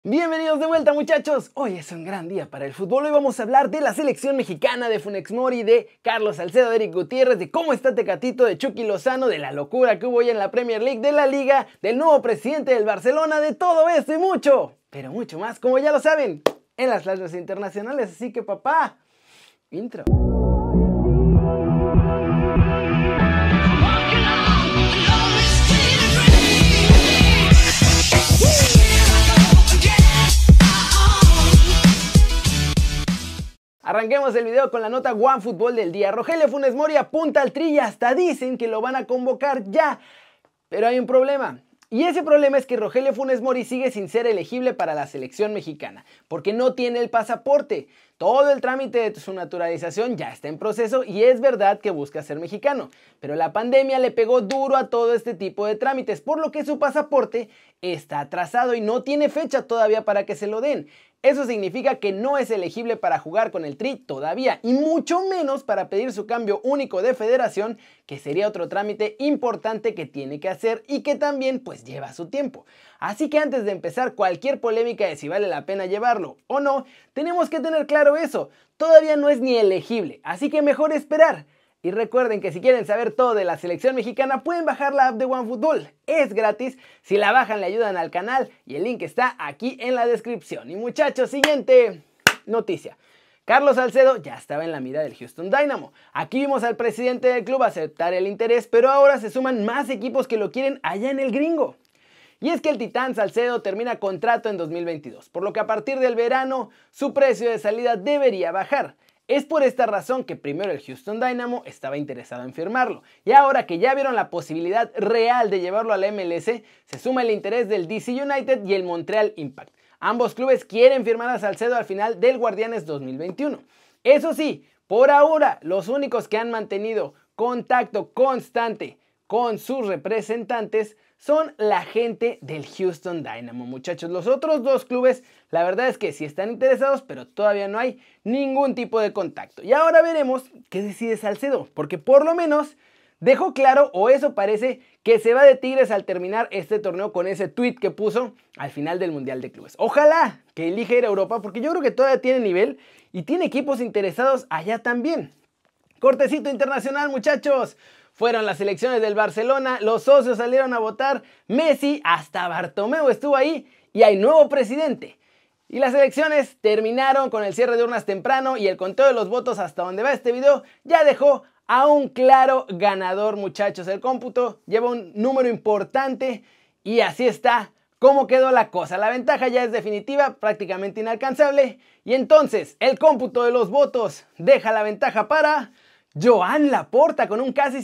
Bienvenidos de vuelta, muchachos. Hoy es un gran día para el fútbol. Hoy vamos a hablar de la selección mexicana, de Funes Mori, de Carlos Salcedo, de Eric Gutiérrez, de cómo está Tecatito, de Chucky Lozano, de la locura que hubo hoy en la Premier League, de la Liga, del nuevo presidente del Barcelona, de todo esto y mucho, pero mucho más, como ya lo saben, en las clases internacionales. Así que, papá, intro. Arranquemos el video con la nota OneFootball del día. Rogelio Funes Mori apunta al Tri y hasta dicen que lo van a convocar ya. Pero hay un problema. Y ese problema es que Rogelio Funes Mori sigue sin ser elegible para la selección mexicana, porque no tiene el pasaporte. Todo el trámite de su naturalización ya está en proceso y es verdad que busca ser mexicano, pero la pandemia le pegó duro a todo este tipo de trámites, por lo que su pasaporte está atrasado y no tiene fecha todavía para que se lo den. Eso significa que no es elegible para jugar con el Tri todavía, y mucho menos para pedir su cambio único de federación, que sería otro trámite importante que tiene que hacer y que también pues lleva su tiempo. Así que antes de empezar cualquier polémica de si vale la pena llevarlo o no, tenemos que tener claro eso, todavía no es ni elegible, así que mejor esperar. Y recuerden que si quieren saber todo de la selección mexicana pueden bajar la app de OneFootball, es gratis, si la bajan le ayudan al canal y el link está aquí en la descripción. Y muchachos, siguiente noticia. Carlos Salcedo ya estaba en la mira del Houston Dynamo. Aquí vimos al presidente del club aceptar el interés, pero ahora se suman más equipos que lo quieren allá en el gringo. Y es que el titán Salcedo termina contrato en 2022, por lo que a partir del verano su precio de salida debería bajar. Es por esta razón que primero el Houston Dynamo estaba interesado en firmarlo, y ahora que ya vieron la posibilidad real de llevarlo a la MLS, se suma el interés del DC United y el Montreal Impact. Ambos clubes quieren firmar a Salcedo al final del Guardianes 2021. Eso sí, por ahora los únicos que han mantenido contacto constante con sus representantes son la gente del Houston Dynamo, muchachos. Los otros dos clubes, la verdad es que sí están interesados, pero todavía no hay ningún tipo de contacto. Y ahora veremos qué decide Salcedo, porque por lo menos dejó claro, o eso parece, que se va de Tigres al terminar este torneo con ese tweet que puso al final del Mundial de Clubes. Ojalá que elija ir a Europa, porque yo creo que todavía tiene nivel y tiene equipos interesados allá también. Cortecito internacional, muchachos. Fueron las elecciones del Barcelona, los socios salieron a votar, Messi, hasta Bartomeu estuvo ahí y hay nuevo presidente. Y las elecciones terminaron con el cierre de urnas temprano y el conteo de los votos hasta donde va este video ya dejó a un claro ganador, muchachos. El cómputo lleva un número importante y así está cómo quedó la cosa. La ventaja ya es definitiva, prácticamente inalcanzable, y entonces el cómputo de los votos deja la ventaja para Joan Laporta con un casi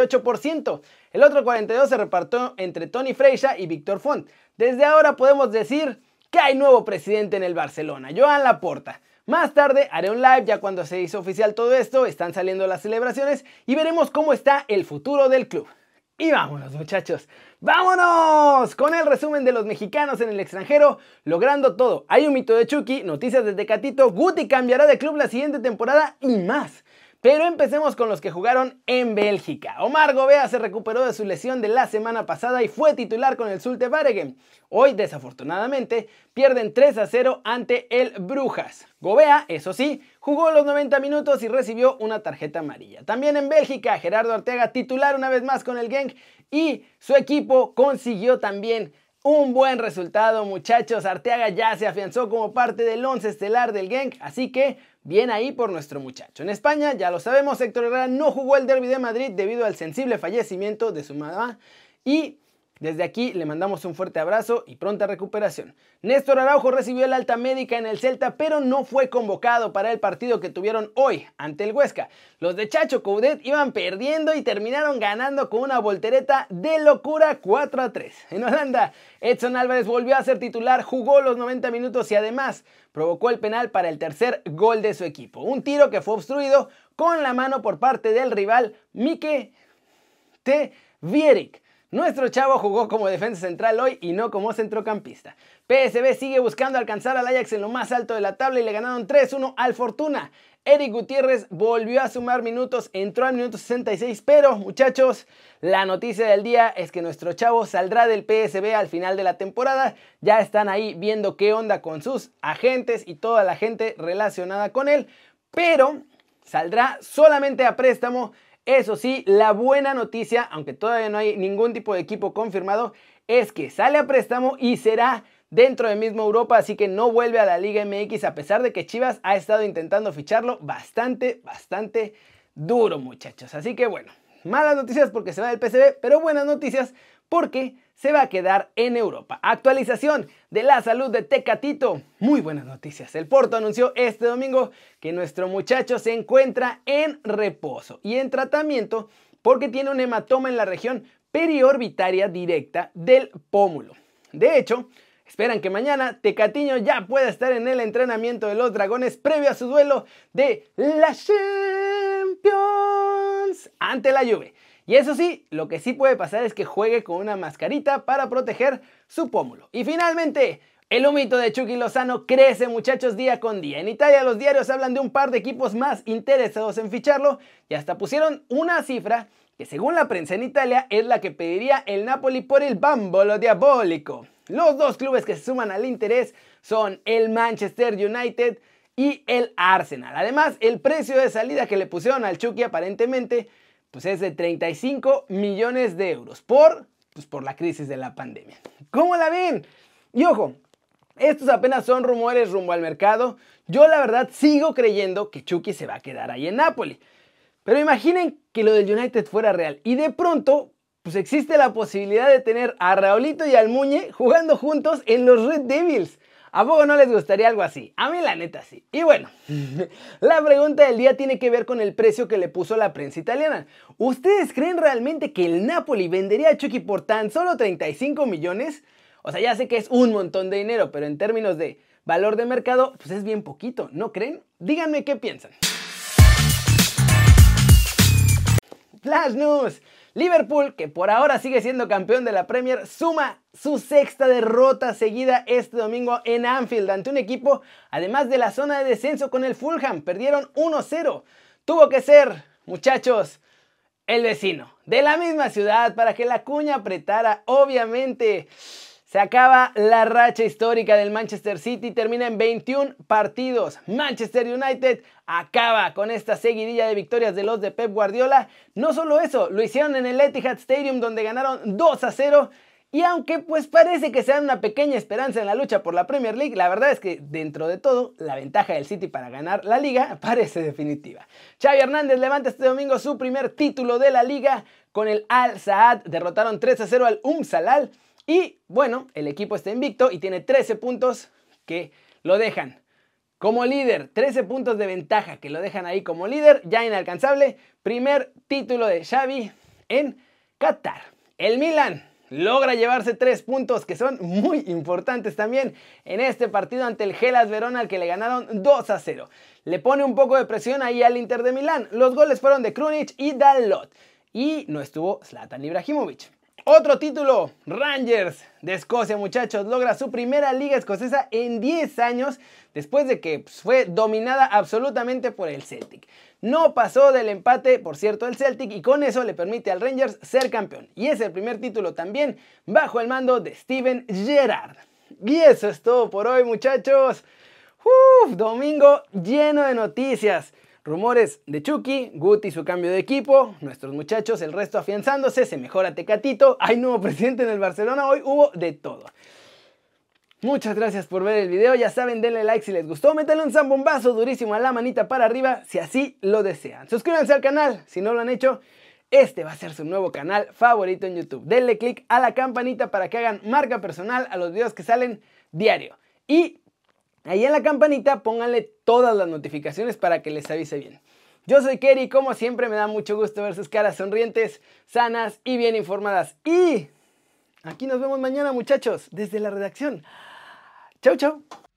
58%. El otro 42% se repartió entre Toni Freixa y Víctor Font. Desde ahora podemos decir que hay nuevo presidente en el Barcelona, Joan Laporta. Más tarde haré un live ya cuando se hizo oficial todo esto, están saliendo las celebraciones y veremos cómo está el futuro del club. Y vámonos, muchachos, ¡vámonos! Con el resumen de los mexicanos en el extranjero, logrando todo. Hay un mito de Chucky, noticias de Tecatito, Guti cambiará de club la siguiente temporada y más. Pero empecemos con los que jugaron en Bélgica. Omar Gobea se recuperó de su lesión de la semana pasada y fue titular con el Zulte Waregem. Hoy, desafortunadamente, pierden 3-0 ante el Brujas. Gobea, eso sí, jugó los 90 minutos y recibió una tarjeta amarilla. También en Bélgica, Gerardo Arteaga titular una vez más con el Genk y su equipo consiguió también un buen resultado, muchachos. Arteaga ya se afianzó como parte del once estelar del Genk, así que bien ahí por nuestro muchacho. En España, ya lo sabemos, Héctor Herrera no jugó el derbi de Madrid debido al sensible fallecimiento de su mamá y desde aquí le mandamos un fuerte abrazo y pronta recuperación. Néstor Araujo recibió el alta médica en el Celta, pero no fue convocado para el partido que tuvieron hoy ante el Huesca. Los de Chacho Coudet iban perdiendo y terminaron ganando con una voltereta de locura 4-3. En Holanda, Edson Álvarez volvió a ser titular, jugó los 90 minutos y además provocó el penal para el tercer gol de su equipo. Un tiro que fue obstruido con la mano por parte del rival Mike T. Wierik. Nuestro chavo jugó como defensa central hoy y no como centrocampista. PSV sigue buscando alcanzar al Ajax en lo más alto de la tabla y le ganaron 3-1 al Fortuna. Eric Gutiérrez volvió a sumar minutos, entró al minuto 66, pero muchachos, la noticia del día es que nuestro chavo saldrá del PSV al final de la temporada. Ya están ahí viendo qué onda con sus agentes y toda la gente relacionada con él, pero saldrá solamente a préstamo. Eso sí, la buena noticia, aunque todavía no hay ningún tipo de equipo confirmado, es que sale a préstamo y será dentro de mismo Europa, así que no vuelve a la Liga MX, a pesar de que Chivas ha estado intentando ficharlo bastante duro, muchachos. Así que bueno, malas noticias porque se va del PSV, pero buenas noticias porque se va a quedar en Europa. Actualización de la salud de Tecatito. Muy buenas noticias. El Porto anunció este domingo que nuestro muchacho se encuentra en reposo y en tratamiento porque tiene un hematoma en la región periorbitaria directa del pómulo. De hecho, esperan que mañana Tecatiño ya pueda estar en el entrenamiento de los Dragones previo a su duelo de la Champions ante la Juve. Y eso sí, lo que sí puede pasar es que juegue con una mascarita para proteger su pómulo. Y finalmente, el humito de Chucky Lozano crece, muchachos, día con día. En Italia los diarios hablan de un par de equipos más interesados en ficharlo y hasta pusieron una cifra que según la prensa en Italia es la que pediría el Napoli por el bambolo diabólico. Los dos clubes que se suman al interés son el Manchester United y el Arsenal. Además, el precio de salida que le pusieron al Chucky aparentemente pues es de 35 millones de euros por la crisis de la pandemia. ¿Cómo la ven? Y ojo, estos apenas son rumores rumbo al mercado. Yo la verdad sigo creyendo que Chucky se va a quedar ahí en Napoli. Pero imaginen que lo del United fuera real y de pronto pues existe la posibilidad de tener a Raulito y al Muñe jugando juntos en los Red Devils. ¿A poco no les gustaría algo así? A mí la neta sí. Y bueno, la pregunta del día tiene que ver con el precio que le puso la prensa italiana. ¿Ustedes creen realmente que el Napoli vendería a Chucky por tan solo 35 millones? O sea, ya sé que es un montón de dinero, pero en términos de valor de mercado, pues es bien poquito, ¿no creen? Díganme qué piensan. Flash News. Liverpool, que por ahora sigue siendo campeón de la Premier, suma su sexta derrota seguida este domingo en Anfield ante un equipo, además de la zona de descenso con el Fulham. Perdieron 1-0. Tuvo que ser, muchachos, el vecino de la misma ciudad para que la cuña apretara, obviamente. Se acaba la racha histórica del Manchester City, termina en 21 partidos. Manchester United acaba con esta seguidilla de victorias de los de Pep Guardiola. No solo eso, lo hicieron en el Etihad Stadium donde ganaron 2-0. Y aunque pues parece que se da una pequeña esperanza en la lucha por la Premier League, la verdad es que dentro de todo la ventaja del City para ganar la liga parece definitiva. Xavi Hernández levanta este domingo su primer título de la liga con el Al Saad. Derrotaron 3-0 al Salal. Y bueno, el equipo está invicto y tiene 13 puntos que lo dejan como líder. 13 puntos de ventaja que lo dejan ahí como líder, ya inalcanzable. Primer título de Xavi en Qatar. El Milan logra llevarse 3 puntos que son muy importantes también en este partido ante el Hellas Verona al que le ganaron 2-0. Le pone un poco de presión ahí al Inter de Milán. Los goles fueron de Krunic y Dalot. Y no estuvo Zlatan Ibrahimovic. Otro título, Rangers de Escocia, muchachos, logra su primera liga escocesa en 10 años después de que fue dominada absolutamente por el Celtic. No pasó del empate, por cierto, el Celtic, y con eso le permite al Rangers ser campeón. Y es el primer título también bajo el mando de Steven Gerrard. Y eso es todo por hoy, muchachos. Domingo lleno de noticias. Rumores de Chucky, Guti su cambio de equipo, nuestros muchachos, el resto afianzándose, se mejora Tecatito, hay nuevo presidente en el Barcelona, hoy hubo de todo. Muchas gracias por ver el video, ya saben, denle like si les gustó, métanle un zambombazo durísimo a la manita para arriba si así lo desean. Suscríbanse al canal si no lo han hecho, este va a ser su nuevo canal favorito en YouTube. Denle click a la campanita para que hagan marca personal a los videos que salen diario. Y ahí en la campanita pónganle todas las notificaciones para que les avise bien. Yo soy Kerry, como siempre me da mucho gusto ver sus caras sonrientes, sanas y bien informadas. Y aquí nos vemos mañana, muchachos, desde la redacción. Chau, chau.